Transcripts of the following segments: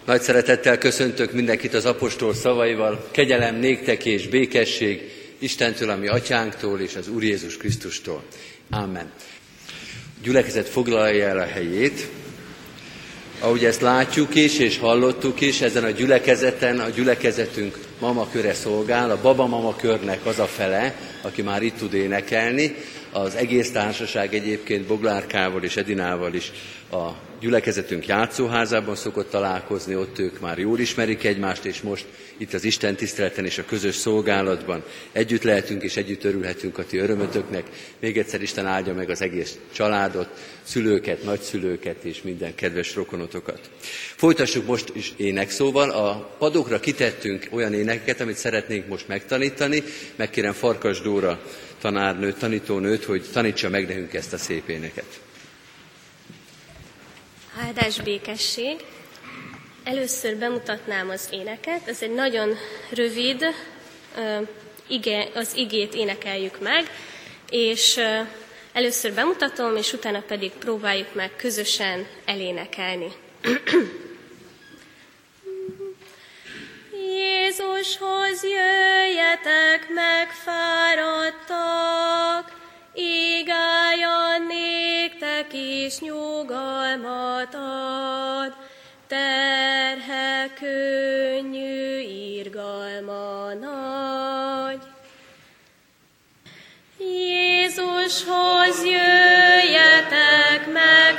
Nagy szeretettel köszöntök mindenkit az apostol szavaival. Kegyelem néktek és békesség Istentől, ami atyánktól és az Úr Jézus Krisztustól. Ámen. A gyülekezet foglalja el a helyét. Ahogy ezt látjuk is és hallottuk is, ezen a gyülekezeten a gyülekezetünk mamaköre szolgál. A babamama körnek az a fele, aki már itt tud énekelni. Az egész társaság egyébként Boglárkával és Edinával is a gyülekezetünk játszóházában szokott találkozni, ott ők már jól ismerik egymást, és most itt az Isten tiszteleten és a közös szolgálatban együtt lehetünk és együtt örülhetünk a ti örömötöknek. Még egyszer Isten áldja meg az egész családot, szülőket, nagyszülőket és minden kedves rokonotokat. Folytassuk most is énekszóval. A padokra kitettünk olyan énekeket, amit szeretnénk most megtanítani. Megkérem Farkas Dóra tanárnőt, tanítónőt, hogy tanítsa meg nekünk ezt a szép éneket. Áldás békesség. Először bemutatnám az éneket. Ez egy nagyon rövid az igét énekeljük meg, és először bemutatom, és utána pedig próbáljuk meg közösen elénekelni. Jézushoz jöjjetek, megfáradtak, ígálja néktek is nyugalmat ad, terhe könnyű, irgalma nagy. Jézushoz jöjjetek,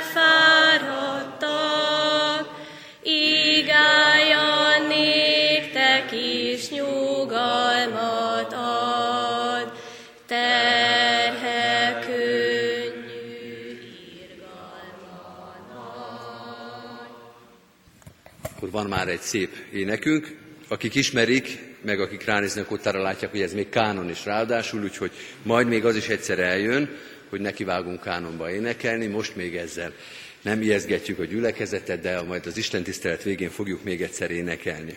megfáradtak, ígálja néktek is nyugalmat ad, terhe könnyű, irgalma nagy. Akkor van már egy szép énekünk. Akik ismerik, meg akik ránéznek ott, arra látják, hogy ez még kánon is ráadásul, úgyhogy majd még az is egyszer eljön, hogy nekivágunk kánonba énekelni. Most még ezzel nem ijesztgetjük a gyülekezetet, de majd az Isten tisztelet végén fogjuk még egyszer énekelni.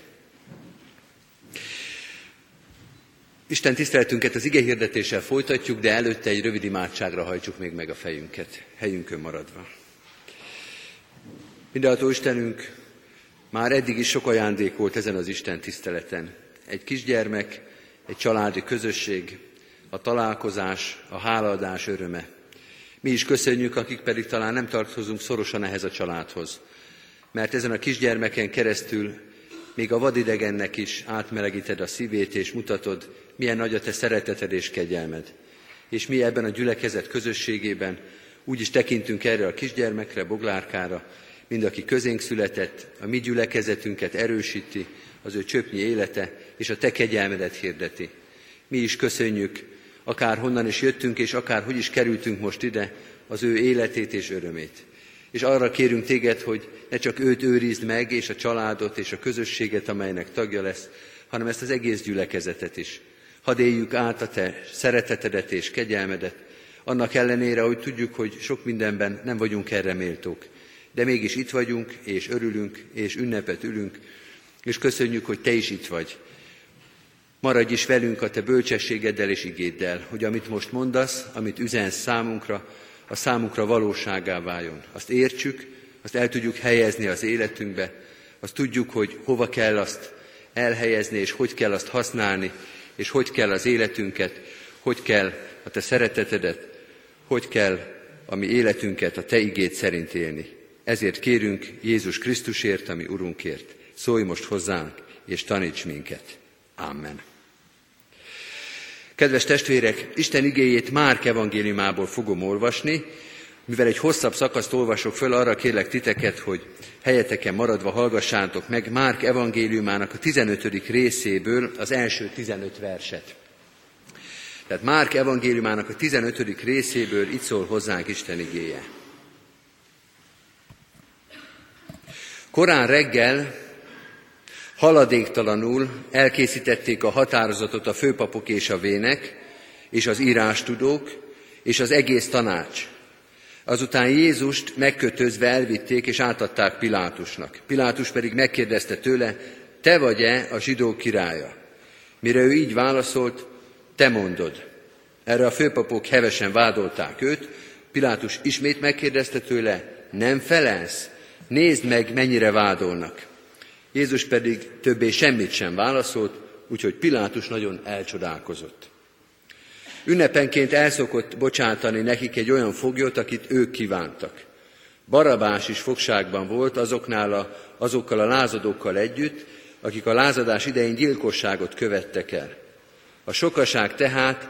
Isten tiszteletünket az igehirdetéssel folytatjuk, de előtte egy rövid imádságra hajtsuk még meg a fejünket, helyünkön maradva. Mindenható Istenünk, már eddig is sok ajándék volt ezen az Isten tiszteleten. Egy kisgyermek, egy családi közösség, a találkozás, a hálaadás öröme. Mi is köszönjük, akik pedig talán nem tartozunk szorosan ehhez a családhoz. Mert ezen a kisgyermeken keresztül még a vadidegennek is átmelegíted a szívét, és mutatod, milyen nagy a te szereteted és kegyelmed. És mi ebben a gyülekezet közösségében úgy is tekintünk erre a kisgyermekre, Boglárkára, mind aki közénk született, a mi gyülekezetünket erősíti, az ő csöpnyi élete, és a te kegyelmedet hirdeti. Mi is köszönjük, akár honnan is jöttünk, és akár hogy is kerültünk most ide, az ő életét és örömét. És arra kérünk téged, hogy ne csak őt őrizd meg, és a családot, és a közösséget, amelynek tagja lesz, hanem ezt az egész gyülekezetet is. Hadd éljük át a te szeretetedet és kegyelmedet, annak ellenére, hogy tudjuk, hogy sok mindenben nem vagyunk erre méltók. De mégis itt vagyunk, és örülünk, és ünnepet ülünk, és köszönjük, hogy te is itt vagy. Maradj is velünk a te bölcsességeddel és igéddel, hogy amit most mondasz, amit üzensz számunkra, a számunkra valósággá váljon. Azt értsük, azt el tudjuk helyezni az életünkbe, azt tudjuk, hogy hova kell azt elhelyezni, és hogy kell azt használni, és hogy kell az életünket, hogy kell a te szeretetedet, hogy kell a mi életünket a te igéd szerint élni. Ezért kérünk Jézus Krisztusért, ami Urunkért. Szólj most hozzánk, és taníts minket. Amen. Kedves testvérek, Isten igéjét Márk evangéliumából fogom olvasni. Mivel egy hosszabb szakaszt olvasok föl, arra kérlek titeket, hogy helyeteken maradva hallgassátok meg Márk evangéliumának a 15. részéből az első 15 verset. Tehát Márk evangéliumának a 15. részéből így szól hozzánk Isten igéje. Korán reggel haladéktalanul elkészítették a határozatot a főpapok és a vének, és az írástudók, és az egész tanács. Azután Jézust megkötözve elvitték, és átadták Pilátusnak. Pilátus pedig megkérdezte tőle, te vagy-e a zsidók királya? Mire ő így válaszolt, te mondod. Erre a főpapok hevesen vádolták őt. Pilátus ismét megkérdezte tőle, nem felelsz? Nézd meg, mennyire vádolnak. Jézus pedig többé semmit sem válaszolt, úgyhogy Pilátus nagyon elcsodálkozott. Ünnepenként el szokott bocsátani nekik egy olyan foglyot, akit ők kívántak. Barabás is fogságban volt azokkal a lázadókkal együtt, akik a lázadás idején gyilkosságot követtek el. A sokaság tehát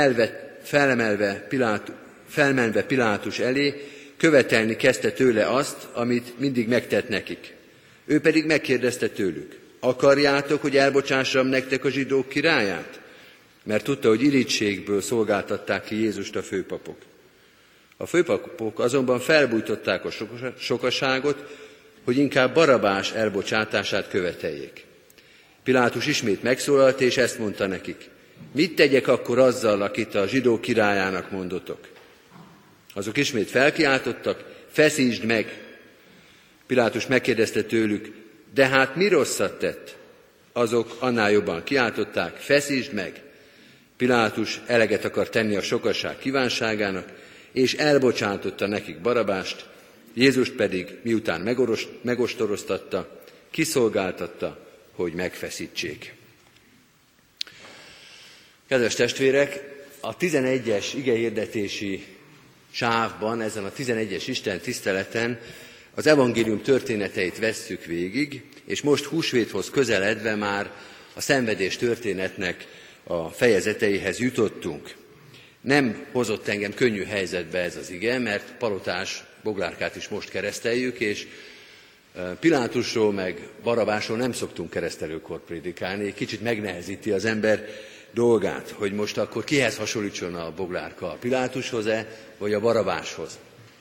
felmenve Pilátus elé, követelni kezdte tőle azt, amit mindig megtett nekik. Ő pedig megkérdezte tőlük, akarjátok, hogy elbocsássam nektek a zsidók királyát? Mert tudta, hogy irítségből szolgáltatták ki Jézust a főpapok. A főpapok azonban felbújtották a sokaságot, hogy inkább Barabás elbocsátását követeljék. Pilátus ismét megszólalt, és ezt mondta nekik. Mit tegyek akkor azzal, akit a zsidók királyának mondotok? Azok ismét felkiáltottak, feszítsd meg! Pilátus megkérdezte tőlük, de hát mi rosszat tett? Azok annál jobban kiáltották, feszítsd meg! Pilátus eleget akar tenni a sokaság kívánságának, és elbocsátotta nekik Barabást, Jézust pedig, miután megostoroztatta, kiszolgáltatta, hogy megfeszítsék. Kedves testvérek, a 11-es igehirdetési sávban, ezen a 11-es Isten tiszteleten az evangélium történeteit vesszük végig, és most húsvéthoz közeledve már a szenvedés történetnek a fejezeteihez jutottunk. Nem hozott engem könnyű helyzetbe ez az ige, mert Palotás Boglárkát is most kereszteljük, és Pilátusról meg Barabásról nem szoktunk keresztelőkor prédikálni, kicsit megnehezíti az ember dolgát, hogy most akkor kihez hasonlítson a Boglárka, a Pilátushoz-e, vagy a Barabáshoz.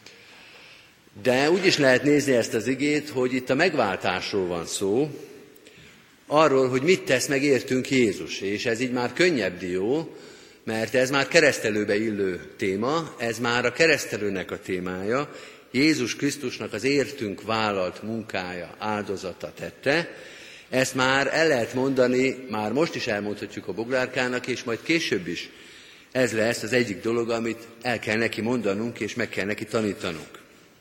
De úgy is lehet nézni ezt az igét, hogy itt a megváltásról van szó, arról, hogy mit tesz meg értünk Jézus, és ez így már könnyebb dió, mert ez már keresztelőbe illő téma, ez már a keresztelőnek a témája, Jézus Krisztusnak az értünk vállalt munkája, áldozata tette. Ezt már el lehet mondani, már most is elmondhatjuk a Boglárkának, és majd később is ez lesz az egyik dolog, amit el kell neki mondanunk, és meg kell neki tanítanunk.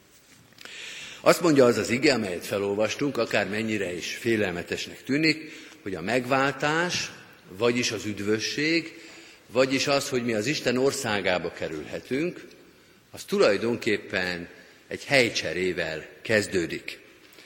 Azt mondja az az ige, amelyet felolvastunk, akármennyire is félelmetesnek tűnik, hogy a megváltás, vagyis az üdvösség, vagyis az, hogy mi az Isten országába kerülhetünk, az tulajdonképpen egy helycserével kezdődik.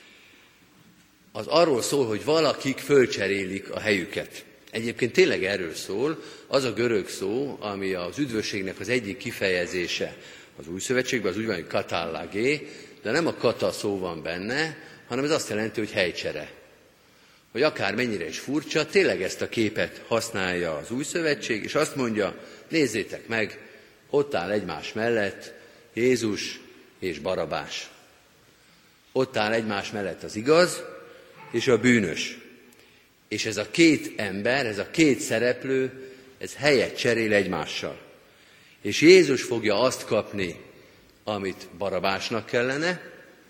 Az arról szól, hogy valakik fölcserélik a helyüket. Egyébként tényleg erről szól, az a görög szó, ami az üdvösségnek az egyik kifejezése az Új Szövetségben, az úgy van, hogy katallagé, de nem a kata szó van benne, hanem ez azt jelenti, hogy helycsere. Hogy akár mennyire is furcsa, tényleg ezt a képet használja az Új Szövetség, és azt mondja, nézzétek meg, ott áll egymás mellett Jézus és Barabás. Ott áll egymás mellett az igaz és a bűnös. És ez a két ember, ez a két szereplő, ez helyet cserél egymással. És Jézus fogja azt kapni, amit Barabásnak kellene,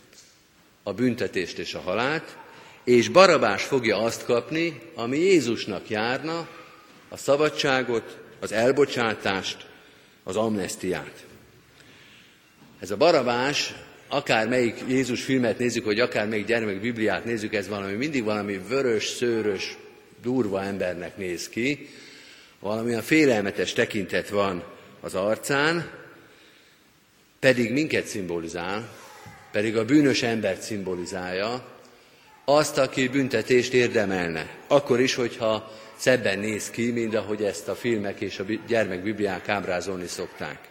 a büntetést és a halált, és Barabás fogja azt kapni, ami Jézusnak járna, a szabadságot, az elbocsátást, az amnesztiát. Ez a Barabás, akármelyik Jézus filmet nézzük, vagy akármelyik gyermek Bibliát nézzük, ez mindig valami vörös, szőrös, durva embernek néz ki, valamilyen félelmetes tekintet van az arcán, pedig minket szimbolizál, pedig a bűnös embert szimbolizálja, azt, aki büntetést érdemelne. Akkor is, hogyha szebben néz ki, mint ahogy ezt a filmek és a gyermekbibliák ábrázolni szokták.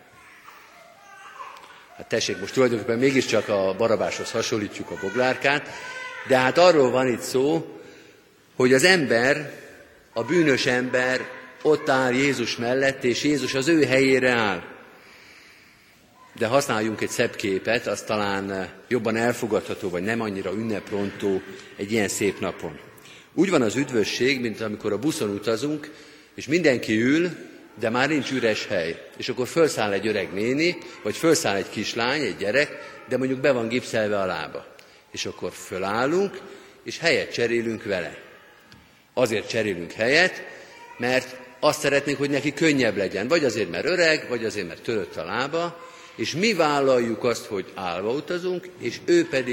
Hát tessék, most tulajdonképpen mégiscsak a Barabáshoz hasonlítjuk a Boglárkát, de hát arról van itt szó, hogy az ember, a bűnös ember ott áll Jézus mellett, és Jézus az ő helyére áll. De használjunk egy szebb képet, az talán jobban elfogadható, vagy nem annyira ünneprontó egy ilyen szép napon. Úgy van az üdvösség, mint amikor a buszon utazunk, és mindenki ül, de már nincs üres hely. És akkor felszáll egy öreg néni, vagy felszáll egy kislány, egy gyerek, de mondjuk be van gipszelve a lába. És akkor fölállunk, és helyet cserélünk vele. Azért cserélünk helyet, mert azt szeretnénk, hogy neki könnyebb legyen. Vagy azért, mert öreg, vagy azért, mert törött a lába, és mi vállaljuk azt, hogy állva utazunk, és ő pedig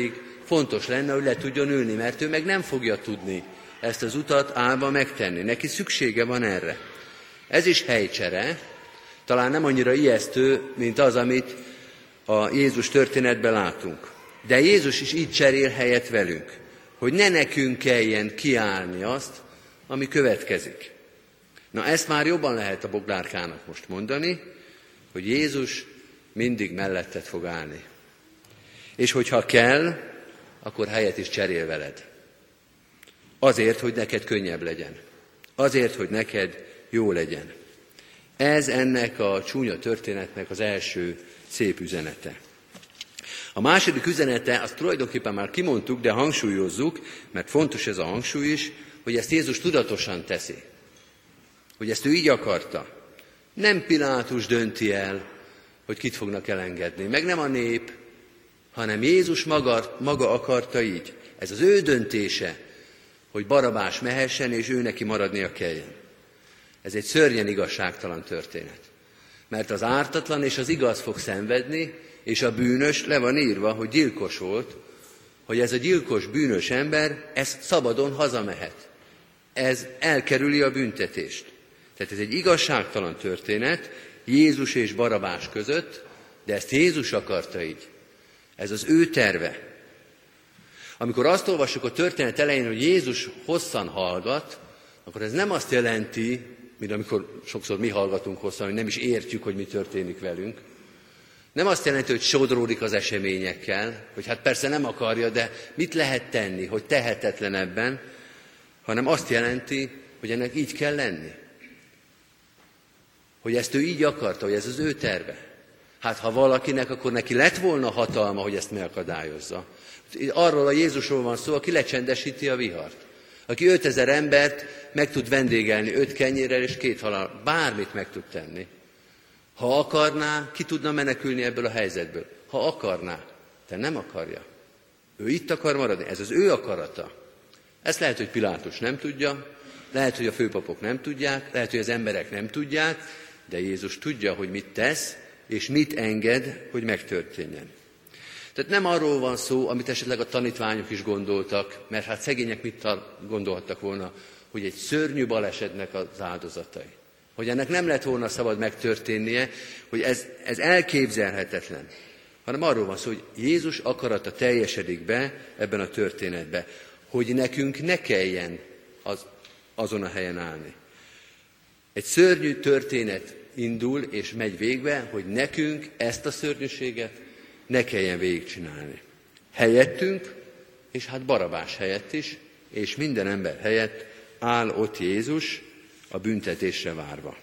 fontos lenne, hogy le tudjon ülni, mert ő meg nem fogja tudni ezt az utat állva megtenni. Neki szüksége van erre. Ez is helycsere, talán nem annyira ijesztő, mint az, amit a Jézus történetben látunk. De Jézus is így cserél helyet velünk, hogy ne nekünk kelljen kiállni azt, ami következik. Na ezt már jobban lehet a Boglárkának most mondani, hogy Jézus mindig melletted fog állni. És hogyha kell, akkor helyet is cserél veled. Azért, hogy neked könnyebb legyen. Azért, hogy neked jó legyen. Ez ennek a csúnya történetnek az első szép üzenete. A második üzenete, azt tulajdonképpen már kimondtuk, de hangsúlyozzuk, mert fontos ez a hangsúly is, hogy ezt Jézus tudatosan teszi. Hogy ezt ő így akarta. Nem Pilátus dönti el, hogy kit fognak elengedni, meg nem a nép, hanem Jézus maga akarta így. Ez az ő döntése, hogy Barabás mehessen, és ő neki maradnia kelljen. Ez egy szörnyen igazságtalan történet. Mert az ártatlan és az igaz fog szenvedni, és a bűnös, le van írva, hogy gyilkos volt, hogy ez a gyilkos, bűnös ember, ez szabadon hazamehet. Ez elkerüli a büntetést. Tehát ez egy igazságtalan történet Jézus és Barabás között, de ezt Jézus akarta így. Ez az ő terve. Amikor azt olvassuk a történet elején, hogy Jézus hosszan hallgat, akkor ez nem azt jelenti, mint amikor sokszor mi hallgatunk hosszan, hogy nem is értjük, hogy mi történik velünk. Nem azt jelenti, hogy sodródik az eseményekkel, hogy hát persze nem akarja, de mit lehet tenni, hogy tehetetlen ebben, hanem azt jelenti, hogy ennek így kell lenni. Hogy ezt ő így akarta, hogy ez az ő terve. Hát ha valakinek, akkor neki lett volna hatalma, hogy ezt megakadályozza. Arról a Jézusról van szó, aki lecsendesíti a vihart. Aki 5000 embert meg tud vendégelni 5 kenyérrel és 2 halal. Bármit meg tud tenni. Ha akarná, ki tudna menekülni ebből a helyzetből. Ha akarná, de nem akarja. Ő itt akar maradni, ez az ő akarata. Ezt lehet, hogy Pilátus nem tudja, lehet, hogy a főpapok nem tudják, lehet, hogy az emberek nem tudják, de Jézus tudja, hogy mit tesz, és mit enged, hogy megtörténjen. Tehát nem arról van szó, amit esetleg a tanítványok is gondoltak, mert hát szegények mit gondolhattak volna, hogy egy szörnyű balesetnek az áldozatai. Hogy ennek nem lett volna szabad megtörténnie, hogy ez elképzelhetetlen. Hanem arról van szó, hogy Jézus akarata teljesedik be ebben a történetben, hogy nekünk ne kelljen azon a helyen állni. Egy szörnyű történet indul és megy végbe, hogy nekünk ezt a szörnyűséget ne kelljen végigcsinálni. Helyettünk, és hát Barabás helyett is, és minden ember helyett áll ott Jézus a büntetésre várva.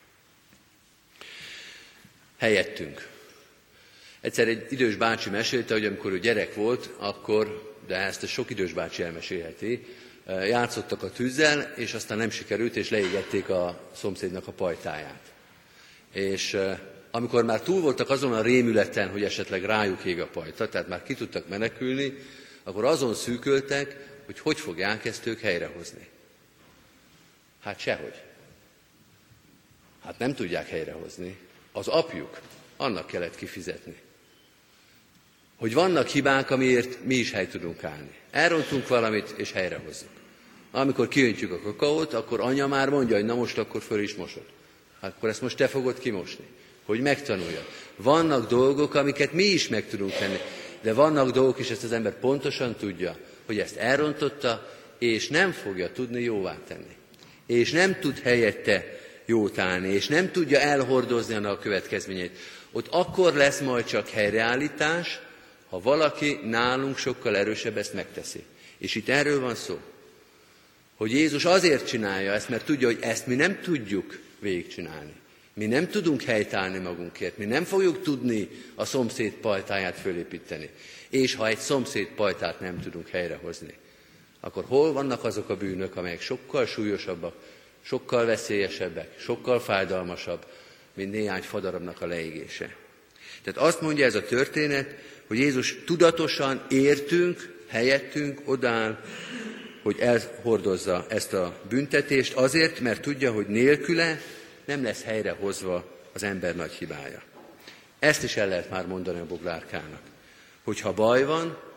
Helyettünk. Egyszer egy idős bácsi mesélte, hogy amikor ő gyerek volt, akkor, de ezt sok idős bácsi elmesélheti, játszottak a tűzzel, és aztán nem sikerült, és leégették a szomszédnak a pajtáját. És amikor már túl voltak azon a rémületen, hogy esetleg rájuk ég a pajta, tehát már ki tudtak menekülni, akkor azon szűköltek, hogy fogják ezt ők helyrehozni. Hát sehogy. Hát nem tudják helyrehozni. Az apjuk, annak kellett kifizetni. Hogy vannak hibák, amiért mi is hely tudunk állni. Elrontunk valamit, és helyrehozzuk. Amikor kiöntjük a kakaót, akkor anya már mondja, hogy na most akkor föl is mosod. Akkor ezt most te fogod kimosni, hogy megtanuljad. Vannak dolgok, amiket mi is meg tudunk tenni, de vannak dolgok is, ezt az ember pontosan tudja, hogy ezt elrontotta, és nem fogja tudni jóvá tenni. És nem tud helyette jót állni, és nem tudja elhordozni annak a következményeit. Ott akkor lesz majd csak helyreállítás, ha valaki nálunk sokkal erősebb ezt megteszi. És itt erről van szó, hogy Jézus azért csinálja ezt, mert tudja, hogy ezt mi nem tudjuk végigcsinálni. Mi nem tudunk helytállni magunkért, mi nem fogjuk tudni a szomszéd pajtáját fölépíteni. És ha egy szomszéd pajtát nem tudunk helyrehozni, akkor hol vannak azok a bűnök, amelyek sokkal súlyosabbak, sokkal veszélyesebbek, sokkal fájdalmasabb, mint néhány fadarabnak a leégése. Tehát azt mondja ez a történet, hogy Jézus tudatosan értünk, helyettünk odáll, hogy elhordozza ezt a büntetést azért, mert tudja, hogy nélküle nem lesz helyrehozva az ember nagy hibája. Ezt is el lehet már mondani a Boglárkának. Hogyha baj van,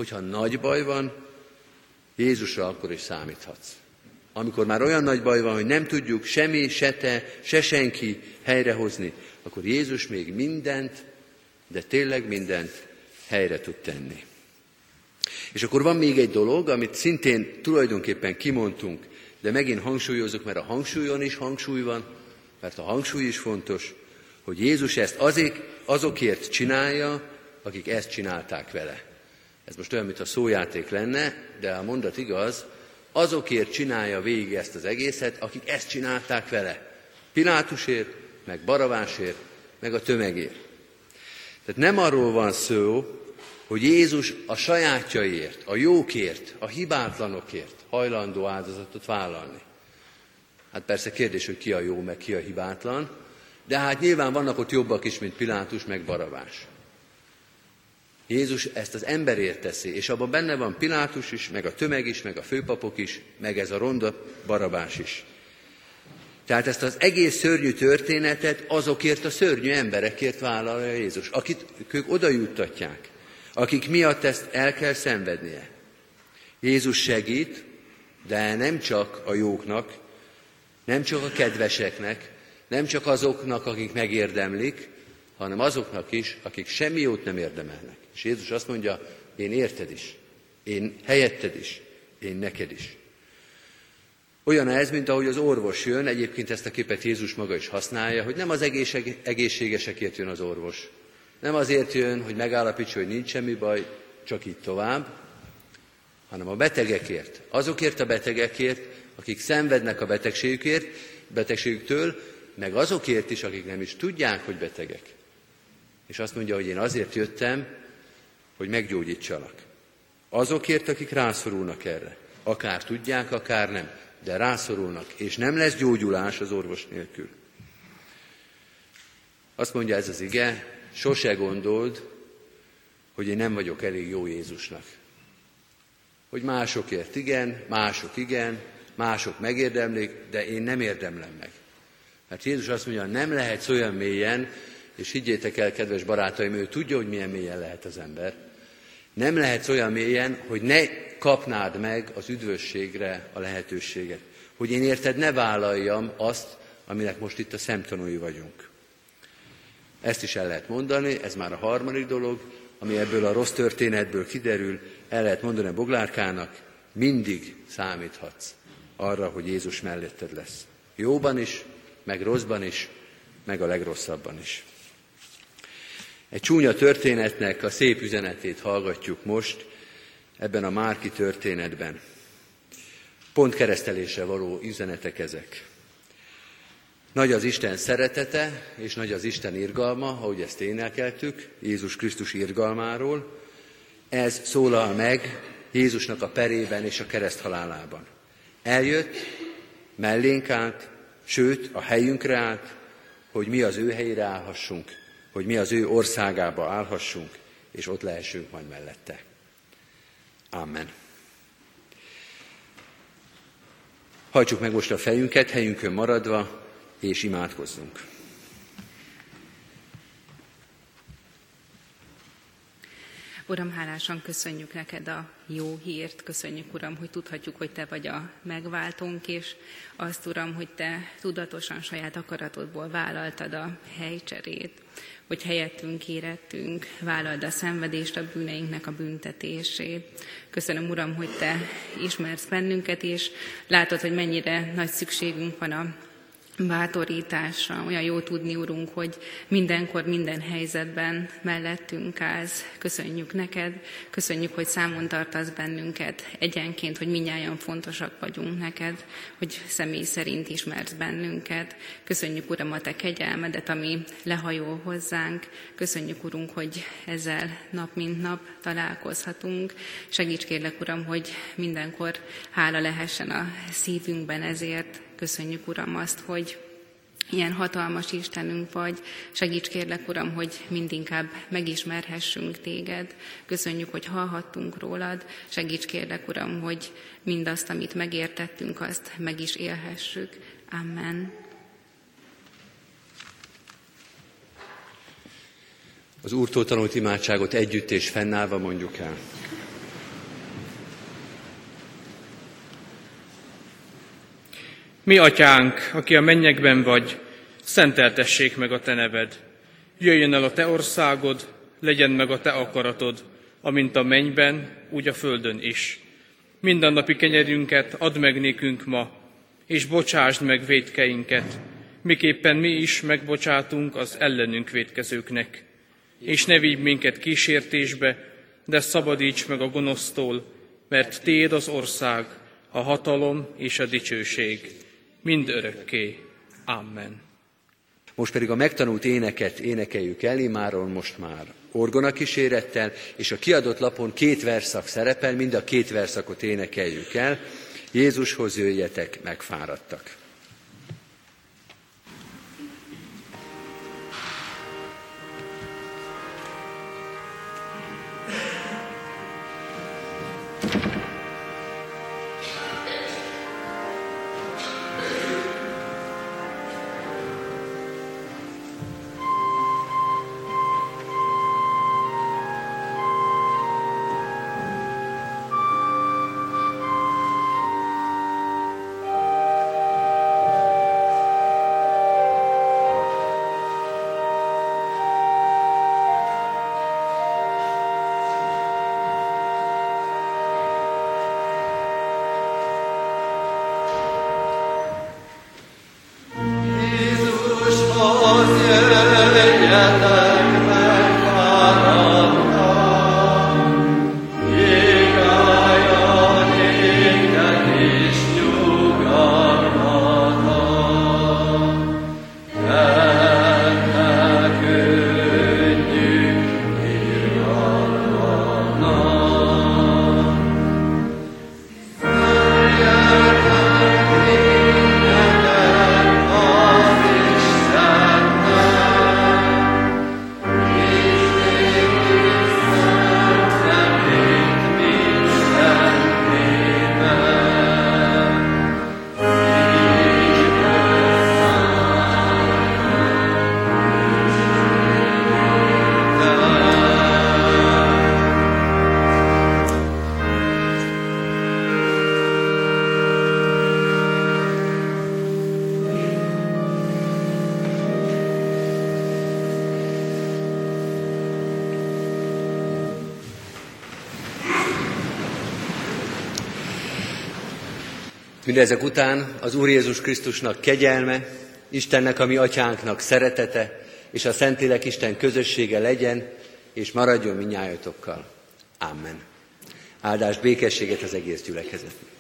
hogyha nagy baj van, Jézusra akkor is számíthatsz. Amikor már olyan nagy baj van, hogy nem tudjuk semmi, se te, se senki helyrehozni, akkor Jézus még mindent, de tényleg mindent helyre tud tenni. És akkor van még egy dolog, amit szintén tulajdonképpen kimondtunk, de megint hangsúlyozok, mert a hangsúlyon is hangsúly van, mert a hangsúly is fontos, hogy Jézus ezt azokért csinálja, akik ezt csinálták vele. Ez most olyan, mintha szójáték lenne, de a mondat igaz, azokért csinálja végig ezt az egészet, akik ezt csinálták vele. Pilátusért, meg Barabásért, meg a tömegért. Tehát nem arról van szó, hogy Jézus a sajátjaiért, a jókért, a hibátlanokért hajlandó áldozatot vállalni. Hát persze kérdés, hogy ki a jó, meg ki a hibátlan, de hát nyilván vannak ott jobbak is, mint Pilátus, meg Barabás. Jézus ezt az emberért teszi, és abban benne van Pilátus is, meg a tömeg is, meg a főpapok is, meg ez a ronda Barabás is. Tehát ezt az egész szörnyű történetet azokért a szörnyű emberekért vállalja Jézus, akit ők oda juttatják, akik miatt ezt el kell szenvednie. Jézus segít, de nem csak a jóknak, nem csak a kedveseknek, nem csak azoknak, akik megérdemlik, hanem azoknak is, akik semmi jót nem érdemelnek. És Jézus azt mondja, én érted is, én helyetted is, én neked is. Olyan ez, mint ahogy az orvos jön, egyébként ezt a képet Jézus maga is használja, hogy nem az egészségesekért jön az orvos. Nem azért jön, hogy megállapítsa, hogy nincs semmi baj, csak így tovább, hanem a betegekért. Azokért a betegekért, akik szenvednek a betegségüktől, meg azokért is, akik nem is tudják, hogy betegek. És azt mondja, hogy én azért jöttem, hogy meggyógyítsalak. Azokért, akik rászorulnak erre. Akár tudják, akár nem, de rászorulnak, és nem lesz gyógyulás az orvos nélkül. Azt mondja ez az ige, sose gondold, hogy én nem vagyok elég jó Jézusnak. Hogy másokért igen, mások megérdemlik, de én nem érdemlem meg. Mert Jézus azt mondja, nem lehetsz olyan mélyen, és higgyétek el, kedves barátaim, ő tudja, hogy milyen mélyen lehet az ember. Nem lehetsz olyan mélyen, hogy ne kapnád meg az üdvösségre a lehetőséget. Hogy én érted ne vállaljam azt, aminek most itt a szemtanúi vagyunk. Ezt is el lehet mondani, ez már a harmadik dolog, ami ebből a rossz történetből kiderül, el lehet mondani a boglárkának, mindig számíthatsz arra, hogy Jézus melletted lesz. Jóban is, meg rosszban is, meg a legrosszabban is. Egy csúnya történetnek a szép üzenetét hallgatjuk most ebben a Márki történetben. Pont keresztelésre való üzenetek ezek. Nagy az Isten szeretete, és nagy az Isten irgalma, ahogy ezt énekeltük, Jézus Krisztus irgalmáról. Ez szólal meg Jézusnak a perében és a kereszthalálában. Eljött, mellénk állt, sőt, a helyünkre állt, hogy mi az ő helyére állhassunk, hogy mi az ő országába állhassunk, és ott lehessünk majd mellette. Amen. Hajtsuk meg most a fejünket, helyünkön maradva, és imádkozzunk. Uram, hálásan köszönjük neked a jó hírt, köszönjük, Uram, hogy tudhatjuk, hogy te vagy a megváltónk, és azt, Uram, hogy te tudatosan saját akaratodból vállaltad a helycserét, hogy helyettünk érettünk, vállald a szenvedést, a bűneinknek a büntetését. Köszönöm, Uram, hogy te ismersz bennünket, és látod, hogy mennyire nagy szükségünk van a bátorításra. Olyan jó tudni, Urunk, hogy mindenkor, minden helyzetben mellettünk állsz. Köszönjük neked, köszönjük, hogy számon tartasz bennünket egyenként, hogy mindnyájan fontosak vagyunk neked, hogy személy szerint ismersz bennünket. Köszönjük, Uram, a te kegyelmedet, ami lehajol hozzánk. Köszönjük, Urunk, hogy ezzel nap mint nap találkozhatunk. Segíts kérlek, Uram, hogy mindenkor hála lehessen a szívünkben ezért. Köszönjük, Uram, azt, hogy ilyen hatalmas Istenünk vagy. Segíts kérlek, Uram, hogy mindinkább megismerhessünk téged. Köszönjük, hogy hallhattunk rólad. Segíts kérlek, Uram, hogy mindazt, amit megértettünk, azt meg is élhessük. Amen. Az Úrtól tanult imádságot együtt és fennállva mondjuk el. Mi atyánk, aki a mennyekben vagy, szenteltessék meg a te neved. Jöjjön el a te országod, legyen meg a te akaratod, amint a mennyben, úgy a földön is. Mindennapi kenyerünket add meg nékünk ma, és bocsásd meg vétkeinket, miképpen mi is megbocsátunk az ellenünk vétkezőknek. És ne vigy minket kísértésbe, de szabadíts meg a gonosztól, mert tiéd az ország, a hatalom és a dicsőség, mind örökké. Amen. Most pedig a megtanult éneket énekeljük el, immáron most már orgona kísérettel, és a kiadott lapon 2 versszak szerepel, mind a 2 versszakot énekeljük el. Jézushoz jöjjetek, megfáradtak. Mindezek után az Úr Jézus Krisztusnak kegyelme, Istennek, a mi atyánknak szeretete, és a Szentlélek Isten közössége legyen, és maradjon mindnyájatokkal. Amen. Áldást, békességet az egész gyülekezetnek.